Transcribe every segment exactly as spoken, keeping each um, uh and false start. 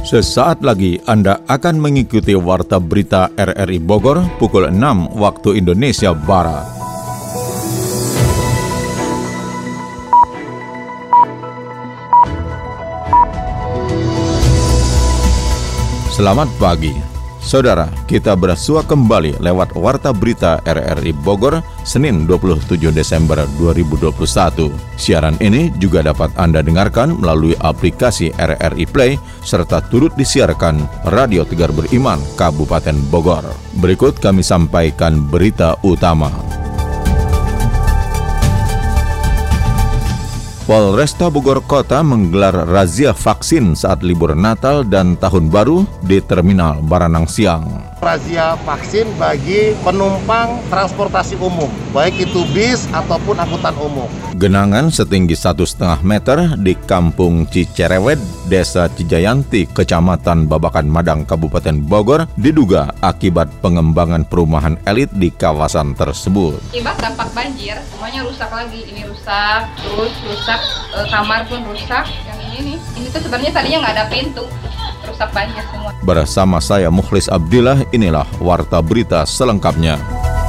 Sesaat lagi Anda akan mengikuti Warta Berita R R I Bogor pukul enam waktu Indonesia Barat. Selamat pagi, saudara. Kita bersua kembali lewat Warta Berita R R I Bogor, Senin dua puluh tujuh Desember dua ribu dua puluh satu. Siaran ini juga dapat Anda dengarkan melalui aplikasi R R I Play, serta turut disiarkan Radio Tegar Beriman, Kabupaten Bogor. Berikut kami sampaikan berita utama. Polresta Bogor Kota menggelar razia vaksin saat libur Natal dan Tahun Baru di Terminal Baranang Siang. Razia vaksin bagi penumpang transportasi umum, baik itu bis ataupun angkutan umum. Genangan setinggi satu setengah meter di Kampung Cicerewet, Desa Cijayanti, Kecamatan Babakan Madang, Kabupaten Bogor, diduga akibat pengembangan perumahan elit di kawasan tersebut. Akibat dampak banjir, semuanya rusak lagi. Ini rusak, terus rusak, e, kamar pun rusak. Yang ini nih, ini tuh sebenarnya tadinya nggak ada pintu. Rusak banjir semua. Bersama saya Mukhlis Abdillah, inilah Warta Berita selengkapnya.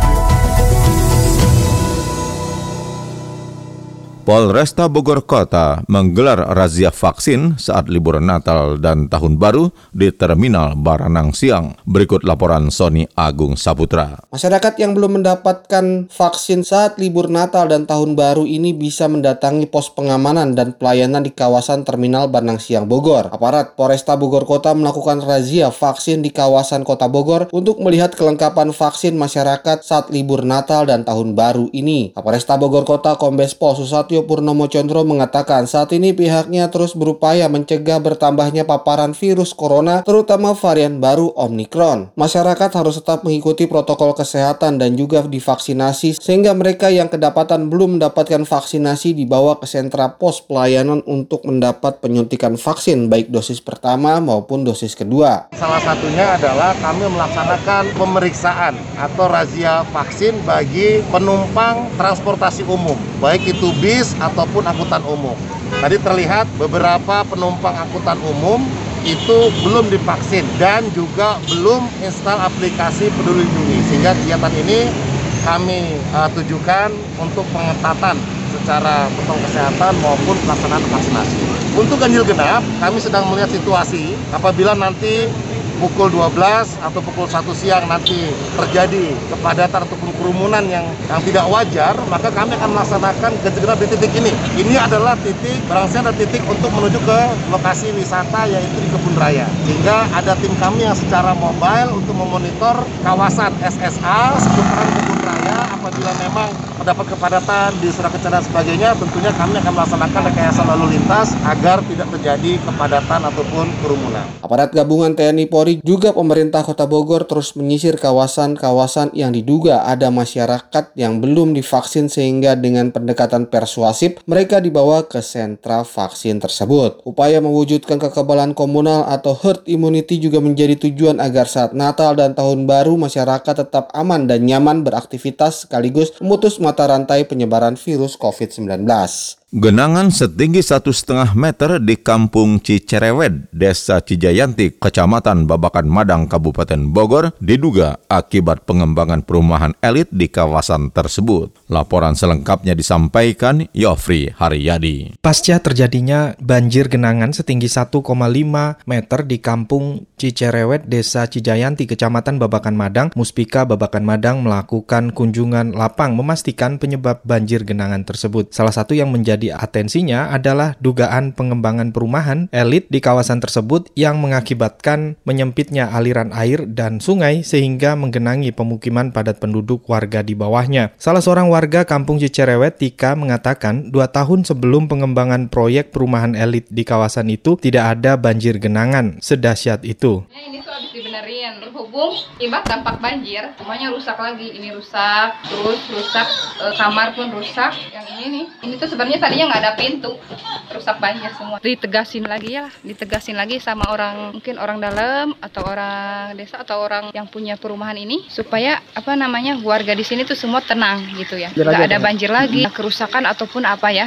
Polresta Bogor Kota menggelar razia vaksin saat libur Natal dan Tahun Baru di Terminal Baranang Siang. Berikut laporan Sony Agung Saputra. Masyarakat yang belum mendapatkan vaksin saat libur Natal dan Tahun Baru ini bisa mendatangi pos pengamanan dan pelayanan di kawasan Terminal Baranang Siang Bogor. Aparat Polresta Bogor Kota melakukan razia vaksin di kawasan Kota Bogor untuk melihat kelengkapan vaksin masyarakat saat libur Natal dan Tahun Baru ini. Kapolresta Bogor Kota Kombes Pol Susatyo Purnomo Condro mengatakan saat ini pihaknya terus berupaya mencegah bertambahnya paparan virus corona, terutama varian baru Omikron. Masyarakat harus tetap mengikuti protokol kesehatan dan juga divaksinasi, sehingga mereka yang kedapatan belum mendapatkan vaksinasi dibawa ke sentra pos pelayanan untuk mendapat penyuntikan vaksin baik dosis pertama maupun dosis kedua. Salah satunya adalah kami melaksanakan pemeriksaan atau razia vaksin bagi penumpang transportasi umum, baik itu bis ataupun angkutan umum. Tadi terlihat beberapa penumpang angkutan umum itu belum divaksin dan juga belum install aplikasi Peduli Lindungi, sehingga kegiatan ini kami uh, tujukan untuk pengetatan secara protokol kesehatan maupun pelaksanaan vaksinasi. Untuk ganjil genap, kami sedang melihat situasi apabila nanti pukul dua belas atau pukul satu siang nanti terjadi kepadatan ataupun kerumunan yang yang tidak wajar, maka kami akan melaksanakan ganjil genap di titik ini. Ini adalah titik, barangkali ada titik untuk menuju ke lokasi wisata, yaitu di Kebun Raya. Sehingga ada tim kami yang secara mobile untuk memonitor kawasan S S A seputaran Kebun Raya. Apabila memang terdapat kepadatan di Surah Kencana dan sebagainya, tentunya kami akan melaksanakan rekayasa lalu lintas agar tidak terjadi kepadatan ataupun kerumunan. Aparat gabungan T N I Polri juga pemerintah Kota Bogor terus menyisir kawasan-kawasan yang diduga ada masyarakat yang belum divaksin, sehingga dengan pendekatan persuasif mereka dibawa ke sentra vaksin tersebut. Upaya mewujudkan kekebalan komunal atau herd immunity juga menjadi tujuan agar saat Natal dan Tahun Baru masyarakat tetap aman dan nyaman beraktivitas, sekaligus memutus mata rantai penyebaran virus covid sembilan belas. Genangan setinggi satu setengah meter di Kampung Cicerewet, Desa Cijayanti, Kecamatan Babakan Madang, Kabupaten Bogor, diduga akibat pengembangan perumahan elit di kawasan tersebut. Laporan selengkapnya disampaikan Yofri Haryadi. Pasca terjadinya banjir genangan setinggi satu koma lima meter di Kampung Cicerewet, Desa Cijayanti, Kecamatan Babakan Madang, Muspika Babakan Madang melakukan kunjungan lapang memastikan penyebab banjir genangan tersebut. Salah satu yang menjadi atensinya adalah dugaan pengembangan perumahan elit di kawasan tersebut yang mengakibatkan menyempitnya aliran air dan sungai sehingga menggenangi pemukiman padat penduduk warga di bawahnya. Salah seorang warga Kampung Cicerewet, Tika, mengatakan dua tahun sebelum pengembangan proyek perumahan elit di kawasan itu tidak ada banjir genangan sedahsyat itu. Ini tuh habis dibenerin, berhubung akibat dampak banjir, semuanya rusak lagi. Ini rusak, terus rusak, e, kamar pun rusak. Yang ini nih, ini tuh sebenarnya tadinya nggak ada pintu, rusak banjir semua. Ditegasin lagi ya, ditegasin lagi sama orang, mungkin orang dalam atau orang desa atau orang yang punya perumahan ini, supaya apa namanya warga di sini tuh semua tenang gitu ya, nggak ada banjir lagi, kerusakan ataupun apa ya.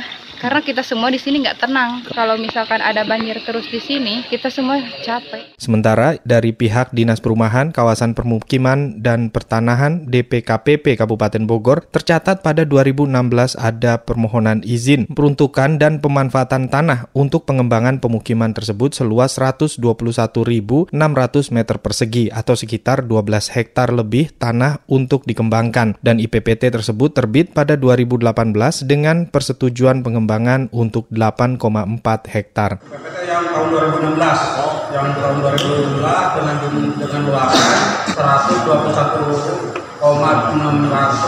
Karena kita semua di sini nggak tenang. Kalau misalkan ada banjir terus di sini, kita semua capek. Sementara dari pihak Dinas Perumahan, Kawasan Permukiman dan Pertanahan D P K P P Kabupaten Bogor, tercatat pada dua ribu enam belas ada permohonan izin, peruntukan dan pemanfaatan tanah untuk pengembangan pemukiman tersebut seluas seratus dua puluh satu ribu enam ratus meter persegi atau sekitar dua belas hektar lebih tanah untuk dikembangkan. Dan I P P T tersebut terbit pada dua ribu delapan belas dengan persetujuan pengembangan untuk delapan koma empat hektar. P P T yang tahun dua ribu enam belas, yang tahun dua ribu enam belas dengan dengan luasan seratus dua puluh satu koma enam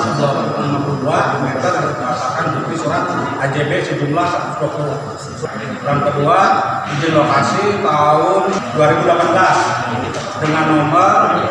puluh dua meter berdasarkan bukti surat A J B sejumlah seratus dua puluh. Yang kedua, izin lokasi tahun dua ribu delapan belas dengan nomor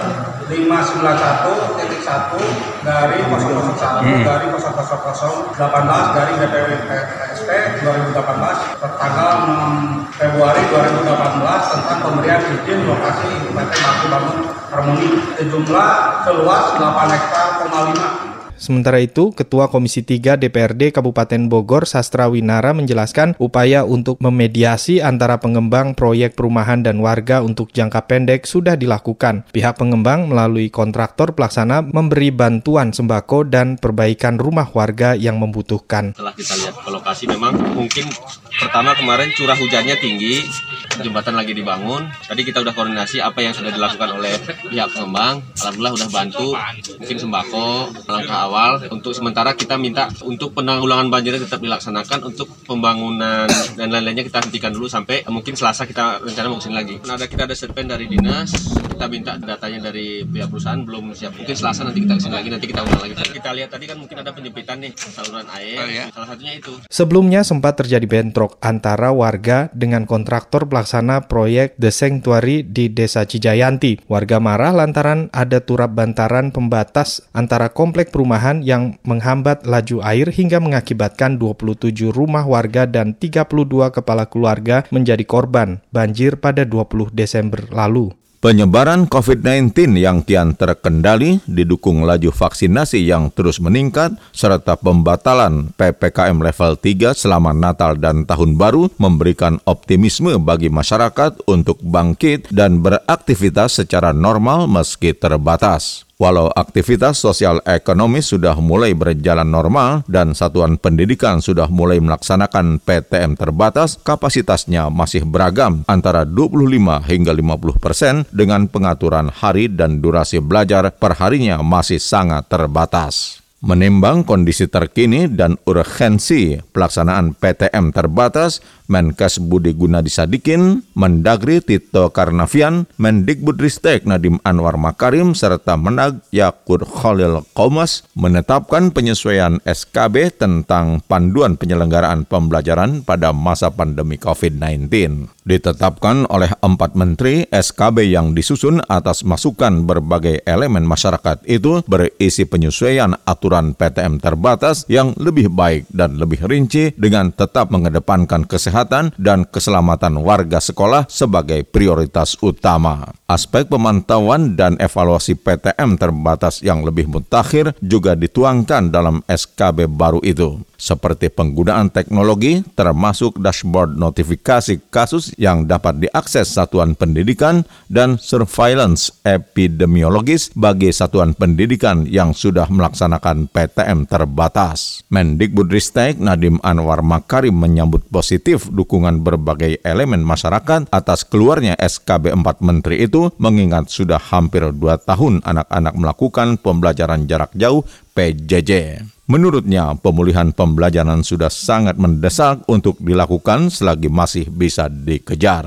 lima sembilan satu titik satu dari nol nol satu dari nol nol nol delapan belas dari D P W P S P dua ribu delapan belas tertanggal enam Februari dua ribu delapan belas tentang pemberian izin lokasi I P T Bakti Bangun Harmoni sejumlah seluas delapan hektar koma lima. Sementara itu, Ketua Komisi tiga D P R D Kabupaten Bogor Sastra Winara menjelaskan upaya untuk memediasi antara pengembang proyek perumahan dan warga untuk jangka pendek sudah dilakukan. Pihak pengembang melalui kontraktor pelaksana memberi bantuan sembako dan perbaikan rumah warga yang membutuhkan. Setelah kita lihat ke lokasi memang mungkin pertama kemarin curah hujannya tinggi, jembatan lagi dibangun. Tadi kita udah koordinasi apa yang sudah dilakukan oleh pihak pengembang. Alhamdulillah udah bantu, mungkin sembako, langkah awal. Untuk sementara kita minta untuk penanggulangan banjir tetap dilaksanakan, untuk pembangunan dan lain-lainnya kita hentikan dulu sampai mungkin Selasa kita rencana mau kesini lagi. Ada kita ada serpen dari dinas, kita minta datanya dari pihak perusahaan belum siap. Mungkin Selasa nanti kita kesini lagi, nanti kita ulang lagi. Kita lihat tadi kan mungkin ada penyempitan nih saluran air, oh, ya. Salah satunya itu. Sebelumnya sempat terjadi bentrok antara warga dengan kontraktor pelaksana proyek The Sanctuary di Desa Cijayanti. Warga marah lantaran ada turap bantaran pembatas antara komplek perumahan yang menghambat laju air hingga mengakibatkan dua puluh tujuh rumah warga dan tiga puluh dua kepala keluarga menjadi korban banjir pada dua puluh Desember lalu. Penyebaran covid sembilan belas yang kian terkendali didukung laju vaksinasi yang terus meningkat serta pembatalan P P K M level tiga selama Natal dan Tahun Baru memberikan optimisme bagi masyarakat untuk bangkit dan beraktivitas secara normal meski terbatas. Walau aktivitas sosial ekonomi sudah mulai berjalan normal dan satuan pendidikan sudah mulai melaksanakan P T M terbatas, kapasitasnya masih beragam antara dua puluh lima hingga lima puluh persen dengan pengaturan hari dan durasi belajar perharinya masih sangat terbatas. Menimbang kondisi terkini dan urgensi pelaksanaan P T M terbatas, Menkes Budi Gunadi Sadikin, Mendagri Tito Karnavian, Mendikbudristek Nadiem Anwar Makarim, serta Menag Yakut Khalil Qomas menetapkan penyesuaian S K B tentang panduan penyelenggaraan pembelajaran pada masa pandemi covid sembilan belas. Ditetapkan oleh empat menteri, S K B yang disusun atas masukan berbagai elemen masyarakat itu berisi penyesuaian aturan P T M terbatas yang lebih baik dan lebih rinci dengan tetap mengedepankan kesehatan dan keselamatan warga sekolah sebagai prioritas utama. Aspek pemantauan dan evaluasi P T M terbatas yang lebih mutakhir juga dituangkan dalam S K B baru itu, seperti penggunaan teknologi termasuk dashboard notifikasi kasus yang dapat diakses satuan pendidikan dan surveillance epidemiologis bagi satuan pendidikan yang sudah melaksanakan P T M terbatas. Mendikbudristek Nadiem Anwar Makarim menyambut positif dukungan berbagai elemen masyarakat atas keluarnya S K B empat menteri itu, mengingat sudah hampir dua tahun anak-anak melakukan pembelajaran jarak jauh P J J. Menurutnya, pemulihan pembelajaran sudah sangat mendesak untuk dilakukan selagi masih bisa dikejar.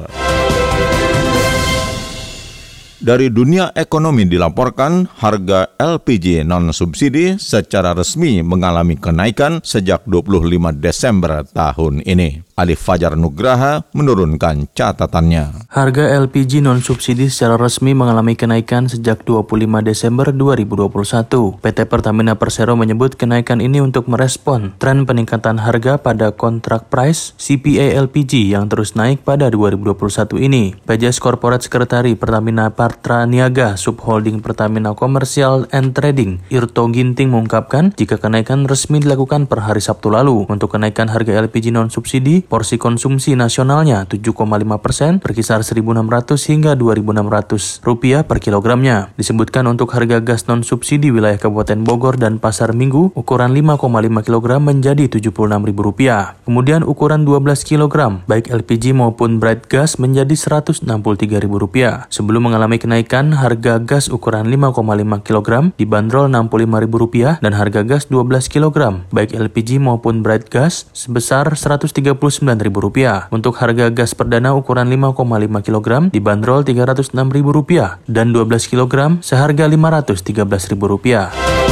Dari dunia ekonomi dilaporkan harga L P G non-subsidi secara resmi mengalami kenaikan sejak dua puluh lima Desember tahun ini. Alif Fajar Nugraha menurunkan catatannya. Harga L P G non-subsidi secara resmi mengalami kenaikan sejak dua puluh lima Desember dua ribu dua puluh satu. P T Pertamina Persero menyebut kenaikan ini untuk merespon tren peningkatan harga pada kontrak price C P A L P G yang terus naik pada dua ribu dua puluh satu ini. P J S Corporate Sekretari Pertamina Patra Niaga Subholding Pertamina Commercial and Trading Irto Ginting mengungkapkan jika kenaikan resmi dilakukan per hari Sabtu lalu. Untuk kenaikan harga L P G non-subsidi, porsi konsumsi nasionalnya tujuh koma lima persen berkisar seribu enam ratus hingga dua ribu enam ratus rupiah per kilogramnya. Disebutkan untuk harga gas non-subsidi wilayah Kabupaten Bogor dan Pasar Minggu ukuran lima koma lima kilogram menjadi tujuh puluh enam ribu rupiah. Kemudian ukuran dua belas kilogram baik L P G maupun bright gas menjadi seratus enam puluh tiga ribu rupiah. Sebelum mengalami kenaikan, harga gas ukuran lima koma lima kilogram dibanderol enam puluh lima ribu rupiah dan harga gas dua belas kilogram baik L P G maupun bright gas sebesar seratus tiga puluh sembilan ribu rupiah. Untuk harga gas perdana ukuran lima koma lima kilogram dibanderol tiga ratus enam ribu rupiah dan dua belas kilogram seharga lima ratus tiga belas ribu rupiah.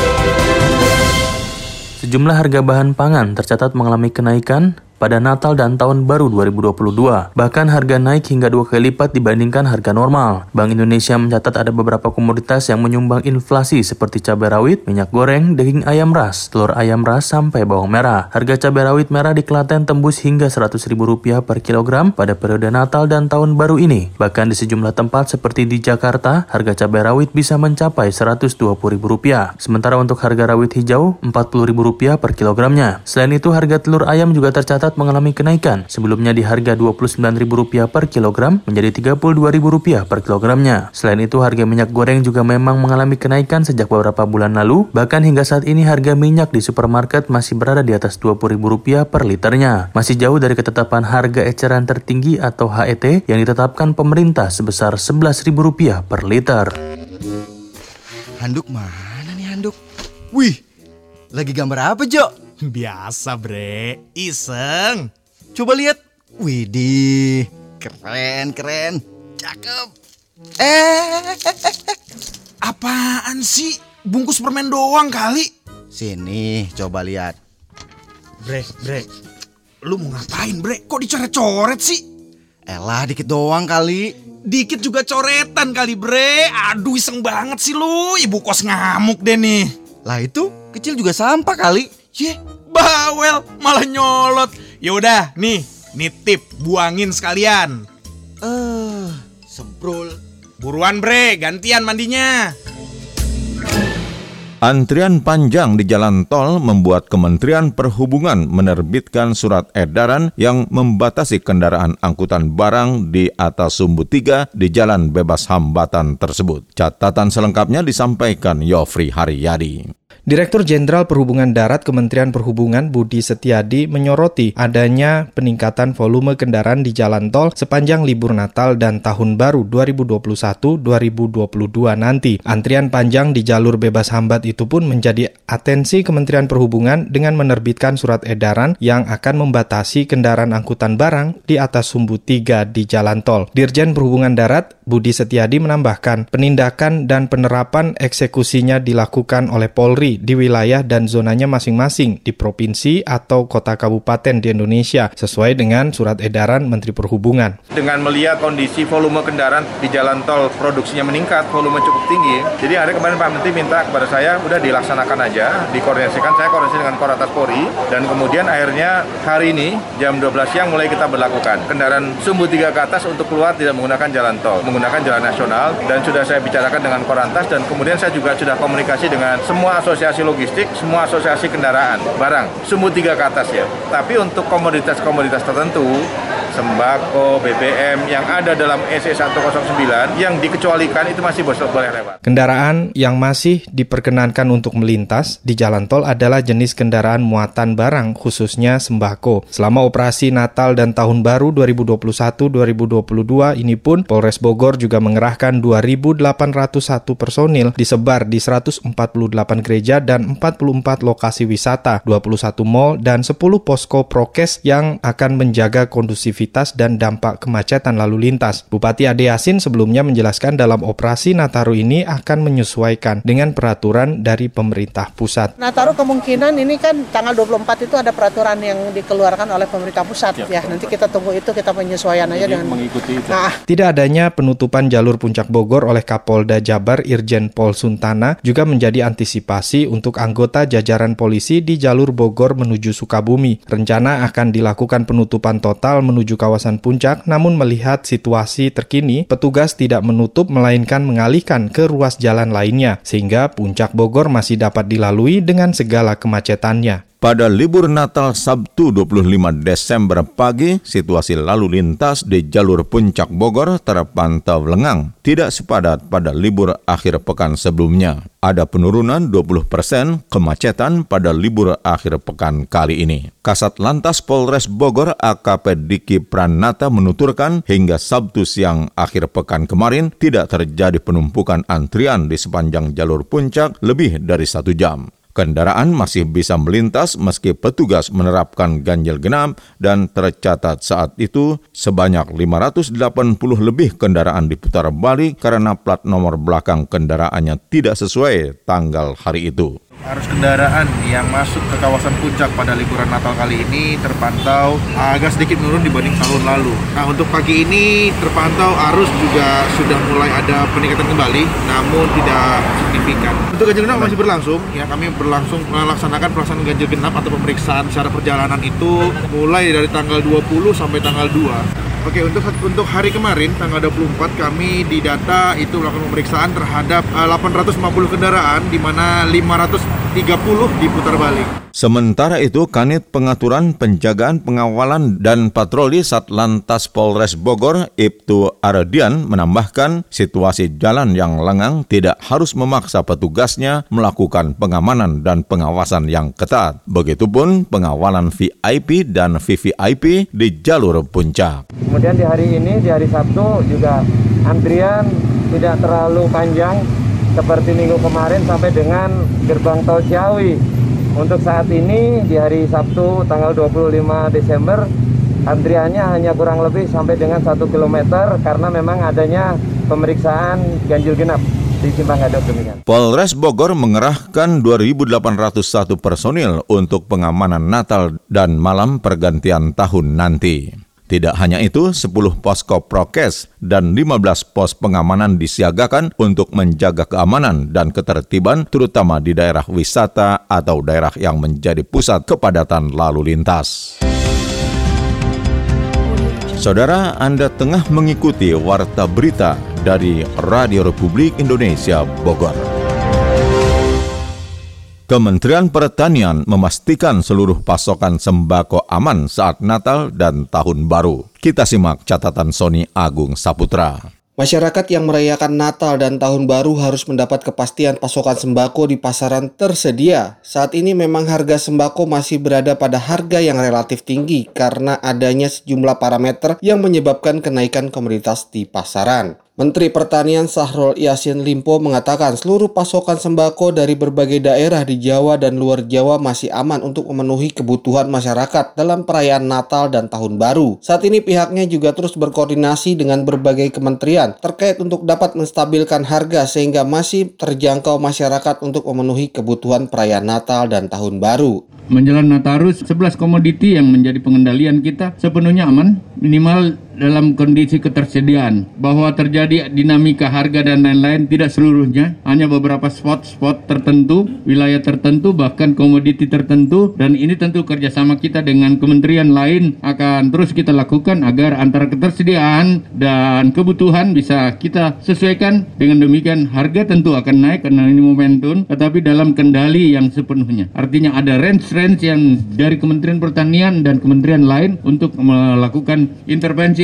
Sejumlah harga bahan pangan tercatat mengalami kenaikan pada Natal dan Tahun Baru dua ribu dua puluh dua. Bahkan harga naik hingga dua kali lipat dibandingkan harga normal. Bank Indonesia mencatat ada beberapa komoditas yang menyumbang inflasi seperti cabai rawit, minyak goreng, daging ayam ras, telur ayam ras, sampai bawang merah. Harga cabai rawit merah di Klaten tembus hingga seratus ribu rupiah per kilogram pada periode Natal dan Tahun Baru ini. Bahkan di sejumlah tempat seperti di Jakarta, harga cabai rawit bisa mencapai seratus dua puluh ribu rupiah. Sementara untuk harga rawit hijau, empat puluh ribu rupiah per kilogramnya. Selain itu, harga telur ayam juga tercatat mengalami kenaikan. Sebelumnya di harga dua puluh sembilan ribu rupiah per kilogram menjadi tiga puluh dua ribu rupiah per kilogramnya. Selain itu, harga minyak goreng juga memang mengalami kenaikan sejak beberapa bulan lalu. Bahkan hingga saat ini harga minyak di supermarket masih berada di atas dua puluh ribu rupiah per liternya. Masih jauh dari ketetapan harga eceran tertinggi atau H E T yang ditetapkan pemerintah sebesar sebelas ribu rupiah per liter. Handuk mana nih handuk? Wih, lagi gambar apa, Jo? Biasa bre, iseng. Coba lihat. Widih, keren keren, cakep. Eh, apaan sih? Bungkus permen doang kali. Sini, coba lihat. Bre, bre, lu mau ngapain bre? Kok dicoret-coret sih? Elah, dikit doang kali. Dikit juga coretan kali bre. Aduh, iseng banget sih lu. Ibu kos ngamuk deh nih. Lah itu kecil juga sampah kali. Yeh, bawel, malah nyolot. Yaudah, nih, nitip, buangin sekalian. Eh, uh, semprul. Buruan bre, gantian mandinya. Antrian panjang di jalan tol membuat Kementerian Perhubungan menerbitkan surat edaran yang membatasi kendaraan angkutan barang di atas sumbu tiga di jalan bebas hambatan tersebut. Catatan selengkapnya disampaikan Yofri Haryadi. Direktur Jenderal Perhubungan Darat Kementerian Perhubungan Budi Setiadi menyoroti adanya peningkatan volume kendaraan di jalan tol sepanjang libur Natal dan Tahun Baru dua ribu dua puluh satu dua ribu dua puluh dua nanti. Antrian panjang di jalur bebas hambat itu pun menjadi atensi Kementerian Perhubungan dengan menerbitkan surat edaran yang akan membatasi kendaraan angkutan barang di atas sumbu tiga di jalan tol. Dirjen Perhubungan Darat Budi Setiadi menambahkan penindakan dan penerapan eksekusinya dilakukan oleh Polri di wilayah dan zonanya masing-masing di provinsi atau kota kabupaten di Indonesia sesuai dengan surat edaran Menteri Perhubungan. Dengan melihat kondisi volume kendaraan di jalan tol produksinya meningkat, volume cukup tinggi. Jadi ada kemarin Pak Menteri minta kepada saya udah dilaksanakan aja, dikoordinasikan, saya koordinasi dengan Korlantas Polri dan kemudian akhirnya hari ini jam dua belas siang mulai kita berlakukan. Kendaraan sumbu tiga ke atas untuk keluar tidak menggunakan jalan tol, menggunakan jalan nasional dan sudah saya bicarakan dengan Korlantas dan kemudian saya juga sudah komunikasi dengan semua asosiasi asosiasi logistik, semua asosiasi kendaraan, barang, sumbu tiga ke atas ya. Tapi untuk komoditas-komoditas tertentu, sembako, B B M yang ada dalam S E seratus sembilan yang dikecualikan itu masih boleh lewat. Kendaraan yang masih diperkenankan untuk melintas di jalan tol adalah jenis kendaraan muatan barang, khususnya sembako. Selama operasi Natal dan Tahun Baru dua ribu dua puluh satu dua ribu dua puluh dua ini pun Polres Bogor juga mengerahkan dua ribu delapan ratus satu personil disebar di seratus empat puluh delapan gereja dan empat puluh empat lokasi wisata, dua puluh satu mal dan sepuluh posko prokes yang akan menjaga kondusivitas aktivitas dan dampak kemacetan lalu lintas. Bupati Ade Yasin sebelumnya menjelaskan dalam operasi Nataru ini akan menyesuaikan dengan peraturan dari pemerintah pusat. Nataru kemungkinan ini kan tanggal dua puluh empat itu ada peraturan yang dikeluarkan oleh pemerintah pusat ya. ya. Nanti kita tunggu itu, kita penyesuaian aja dengan mengikuti itu. Nah. Tidak adanya penutupan jalur Puncak Bogor oleh Kapolda Jabar Irjen Pol Suntana juga menjadi antisipasi untuk anggota jajaran polisi di jalur Bogor menuju Sukabumi. Rencana akan dilakukan penutupan total menuju kawasan Puncak, namun melihat situasi terkini, petugas tidak menutup melainkan mengalihkan ke ruas jalan lainnya, sehingga Puncak Bogor masih dapat dilalui dengan segala kemacetannya. Pada libur Natal Sabtu dua puluh lima Desember pagi, situasi lalu lintas di jalur Puncak Bogor terpantau lengang, tidak sepadat pada libur akhir pekan sebelumnya. Ada penurunan dua puluh persen kemacetan pada libur akhir pekan kali ini. Kasat Lantas Polres Bogor A K P Diki Pranata menuturkan hingga Sabtu siang akhir pekan kemarin tidak terjadi penumpukan antrian di sepanjang jalur Puncak lebih dari satu jam. Kendaraan masih bisa melintas meski petugas menerapkan ganjil genap dan tercatat saat itu sebanyak lima ratus delapan puluh lebih kendaraan diputar balik karena plat nomor belakang kendaraannya tidak sesuai tanggal hari itu. Arus kendaraan yang masuk ke kawasan Puncak pada liburan Natal kali ini terpantau agak sedikit menurun dibanding tahun lalu. Nah, untuk pagi ini terpantau arus juga sudah mulai ada peningkatan kembali, namun tidak signifikan. Untuk ganjil genap masih berlangsung, ya kami berlangsung melaksanakan pelaksanaan ganjil genap atau pemeriksaan secara perjalanan itu mulai dari tanggal dua puluh sampai tanggal dua. Oke, untuk untuk hari kemarin tanggal dua puluh empat kami didata itu melakukan pemeriksaan terhadap uh, delapan ratus lima puluh kendaraan di mana lima ratus tiga puluh diputar balik. Sementara itu, Kanit Pengaturan Penjagaan Pengawalan dan Patroli Satlantas Polres Bogor, Ibtu Ardian menambahkan situasi jalan yang lengang tidak harus memaksa petugasnya melakukan pengamanan dan pengawasan yang ketat. Begitupun pengawalan V I P dan V V I P di jalur Puncak. Kemudian di hari ini, di hari Sabtu juga antrian tidak terlalu panjang seperti minggu kemarin sampai dengan gerbang tol Ciawi. Untuk saat ini di hari Sabtu tanggal dua puluh lima Desember antriannya hanya kurang lebih sampai dengan satu kilometer karena memang adanya pemeriksaan ganjil genap di Simpang Gadok demikian. Polres Bogor mengerahkan dua ribu delapan ratus satu personil untuk pengamanan Natal dan malam pergantian tahun nanti. Tidak hanya itu, sepuluh posko prokes dan lima belas pos pengamanan disiagakan untuk menjaga keamanan dan ketertiban terutama di daerah wisata atau daerah yang menjadi pusat kepadatan lalu lintas. Saudara, Anda tengah mengikuti Warta Berita dari Radio Republik Indonesia Bogor. Kementerian Pertanian memastikan seluruh pasokan sembako aman saat Natal dan Tahun Baru. Kita simak catatan Sony Agung Saputra. Masyarakat yang merayakan Natal dan Tahun Baru harus mendapat kepastian pasokan sembako di pasaran tersedia. Saat ini memang harga sembako masih berada pada harga yang relatif tinggi karena adanya sejumlah parameter yang menyebabkan kenaikan komoditas di pasaran. Menteri Pertanian Syahrul Yassin Limpo mengatakan seluruh pasokan sembako dari berbagai daerah di Jawa dan luar Jawa masih aman untuk memenuhi kebutuhan masyarakat dalam perayaan Natal dan Tahun Baru. Saat ini pihaknya juga terus berkoordinasi dengan berbagai kementerian terkait untuk dapat menstabilkan harga sehingga masih terjangkau masyarakat untuk memenuhi kebutuhan perayaan Natal dan Tahun Baru. Menjelang Nataru, sebelas komoditi yang menjadi pengendalian kita sepenuhnya aman, minimal dalam kondisi ketersediaan. Bahwa terjadi dinamika harga dan lain-lain tidak seluruhnya, hanya beberapa spot-spot tertentu, wilayah tertentu, bahkan komoditi tertentu, dan ini tentu kerjasama kita dengan kementerian lain akan terus kita lakukan agar antara ketersediaan dan kebutuhan bisa kita sesuaikan. Dengan demikian harga tentu akan naik karena ini momentum, tetapi dalam kendali yang sepenuhnya. Artinya ada range range yang dari Kementerian Pertanian dan kementerian lain untuk melakukan intervensi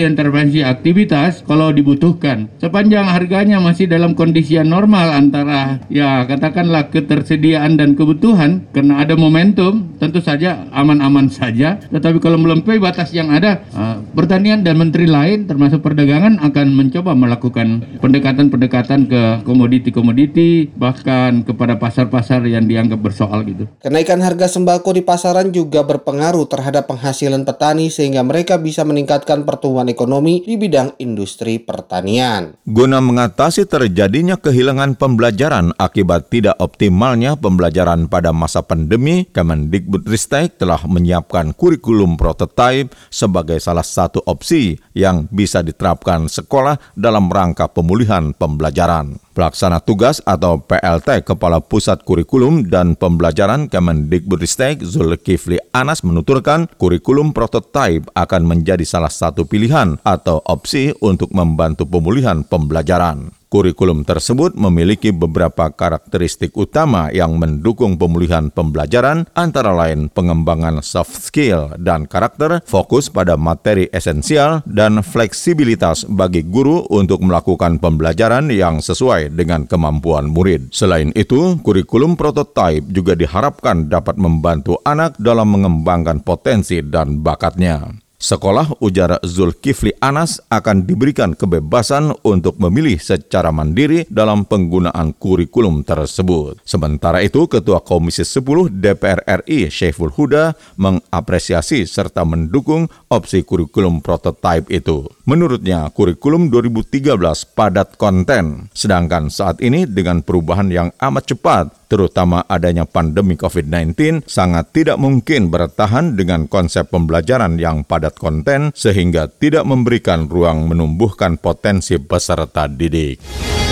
intervensi aktivitas kalau dibutuhkan. Sepanjang harganya masih dalam kondisi yang normal antara ya katakanlah ketersediaan dan kebutuhan karena ada momentum, tentu saja aman-aman saja. Tetapi kalau melampaui batas yang ada, uh, pertanian dan menteri lain termasuk perdagangan akan mencoba melakukan pendekatan-pendekatan ke komoditi-komoditi, bahkan kepada pasar-pasar yang dianggap bersoal gitu. Kenaikan harga sembako di pasaran juga berpengaruh terhadap penghasilan petani sehingga mereka bisa meningkatkan pertumbuhan ekonomi di bidang industri pertanian. Guna mengatasi terjadinya kehilangan pembelajaran akibat tidak optimalnya pembelajaran pada masa pandemi, Kemendikbudristek telah menyiapkan kurikulum prototipe sebagai salah satu opsi yang bisa diterapkan sekolah dalam rangka pemulihan pembelajaran. Pelaksana tugas atau P L T Kepala Pusat Kurikulum dan Pembelajaran Kemendikbudristek Zulkifli Anas menuturkan kurikulum prototipe akan menjadi salah satu pilihan atau opsi untuk membantu pemulihan pembelajaran. Kurikulum tersebut memiliki beberapa karakteristik utama yang mendukung pemulihan pembelajaran, antara lain pengembangan soft skill dan karakter, fokus pada materi esensial, dan fleksibilitas bagi guru untuk melakukan pembelajaran yang sesuai dengan kemampuan murid. Selain itu, kurikulum prototipe juga diharapkan dapat membantu anak dalam mengembangkan potensi dan bakatnya. Sekolah, ujar Zulkifli Anas, akan diberikan kebebasan untuk memilih secara mandiri dalam penggunaan kurikulum tersebut. Sementara itu, Ketua Komisi sepuluh D P R R I Syaiful Huda mengapresiasi serta mendukung opsi kurikulum prototipe itu. Menurutnya, kurikulum dua ribu tiga belas padat konten, sedangkan saat ini dengan perubahan yang amat cepat, terutama adanya pandemi covid sembilan belas, sangat tidak mungkin bertahan dengan konsep pembelajaran yang padat konten sehingga tidak memberikan ruang menumbuhkan potensi peserta didik.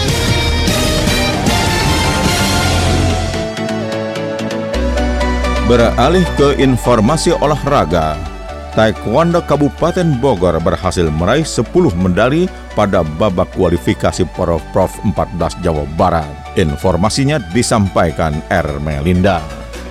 Beralih ke informasi olahraga, Taekwondo Kabupaten Bogor berhasil meraih sepuluh medali pada babak kualifikasi Porprov empat belas Jawa Barat. Informasinya disampaikan R. Melinda.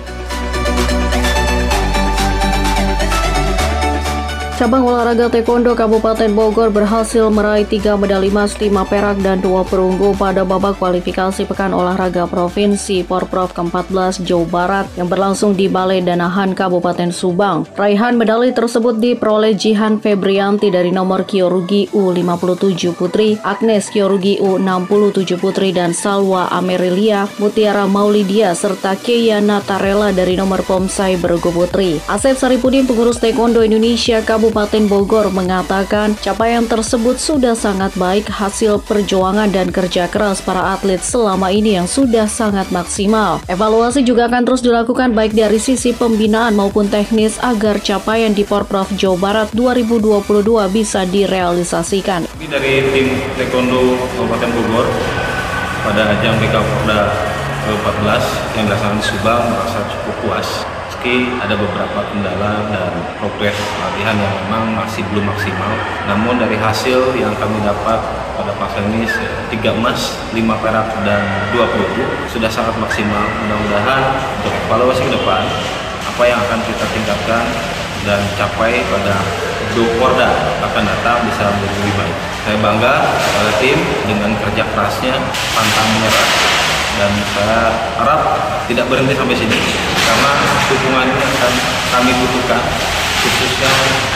Cabang olahraga Taekwondo Kabupaten Bogor berhasil meraih tiga medali emas, lima perak, dan dua perunggu pada babak kualifikasi Pekan Olahraga Provinsi Porprov ke empat belas Jawa Barat yang berlangsung di Balai Danahan Kabupaten Subang. Raihan medali tersebut diperoleh Jihan Febrianti dari nomor Kyorugi U lima puluh tujuh Putri, Agnes Kyorugi U enam puluh tujuh Putri, dan Salwa Amerilia Mutiara Maulidia serta Keya Natarela dari nomor Pomsai Bergu Putri. Asep Saripudin, pengurus Taekwondo Indonesia Kabupaten Kabupaten Bogor, mengatakan capaian tersebut sudah sangat baik hasil perjuangan dan kerja keras para atlet selama ini yang sudah sangat maksimal. Evaluasi juga akan terus dilakukan baik dari sisi pembinaan maupun teknis agar capaian di Porprov Jawa Barat dua ribu dua puluh dua bisa direalisasikan. Dari tim Taekwondo Kabupaten Bogor pada ajang B K Porda ke empat belas yang dilaksanakan di Subang merasa cukup puas. Meski ada beberapa kendala dan progres latihan yang memang masih belum maksimal, namun dari hasil yang kami dapat pada fase ini tiga emas, lima perak, dan dua perunggu sudah sangat maksimal. Mudah-mudahan untuk evaluasi ke depan apa yang akan kita tingkatkan dan capai pada dua Porda akan datang bisa lebih baik. Saya bangga pada tim dengan kerja kerasnya, pantang menyerah, dan saya harap tidak berhenti sampai sini karena dukungan ini akan kami butuhkan khususnya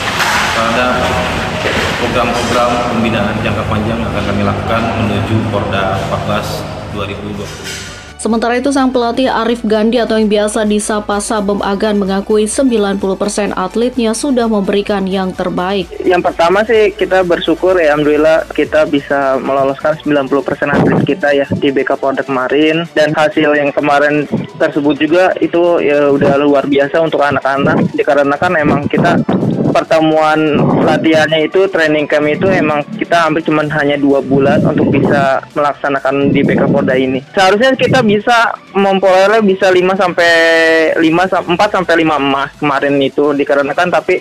pada program-program pembinaan jangka panjang yang akan kami lakukan menuju Porda empat belas dua ribu dua puluh. Sementara itu, sang pelatih Arif Gandhi atau yang biasa disapa Sabem Agan mengakui sembilan puluh persen atletnya sudah memberikan yang terbaik. Yang pertama sih kita bersyukur ya, alhamdulillah kita bisa meloloskan sembilan puluh persen atlet kita ya di B K Porda kemarin, dan hasil yang kemarin tersebut juga itu ya udah luar biasa untuk anak-anak dikarenakan emang kita pertemuan latihannya itu training camp itu emang kita hampir cuma hanya dua bulan untuk bisa melaksanakan di B K Porda ini. Seharusnya kita bisa memperoleh bisa lima sampai lima empat sampai lima emas kemarin itu dikarenakan tapi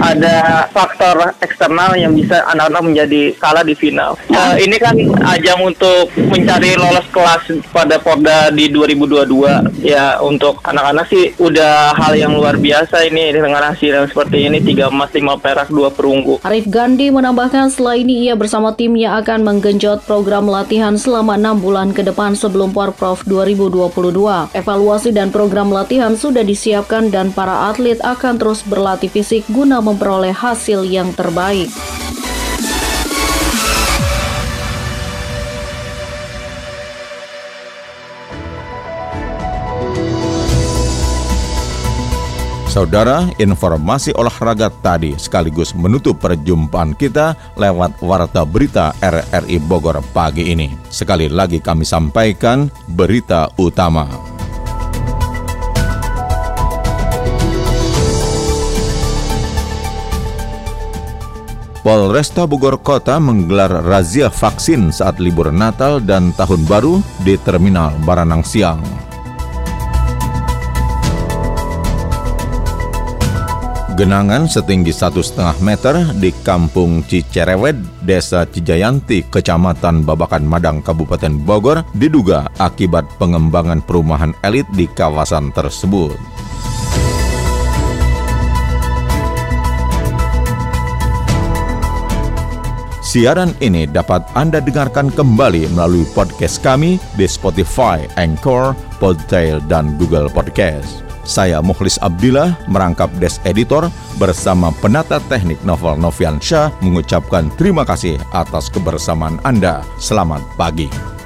ada faktor eksternal yang bisa anak-anak menjadi kalah di final. Uh, ini kan ajang untuk mencari lolos kelas pada Porda di dua ribu dua puluh dua ya, untuk anak-anak sih udah hal yang luar biasa ini dengan hasil yang seperti ini, tiga emas emas lima perak dua perunggu. Arif Gandhi menambahkan selain ini ia bersama timnya akan menggenjot program latihan selama enam bulan ke depan sebelum Porprov dua ribu dua puluh dua. Evaluasi dan program latihan sudah disiapkan dan para atlet akan terus berlatih fisik guna memperoleh hasil yang terbaik. Saudara, informasi olahraga tadi sekaligus menutup perjumpaan kita lewat Warta Berita R R I Bogor pagi ini. Sekali lagi kami sampaikan berita utama. Polresta Bogor Kota menggelar razia vaksin saat libur Natal dan Tahun Baru di Terminal Baranang Siang. Genangan setinggi satu setengah meter di Kampung Cicerewet, Desa Cijayanti, Kecamatan Babakan Madang, Kabupaten Bogor, diduga akibat pengembangan perumahan elit di kawasan tersebut. Siaran ini dapat Anda dengarkan kembali melalui podcast kami di Spotify, Anchor, Podtail, dan Google Podcast. Saya Mukhlis Abdillah merangkap Desk Editor bersama penata teknik Novel Noviansyah mengucapkan terima kasih atas kebersamaan Anda. Selamat pagi.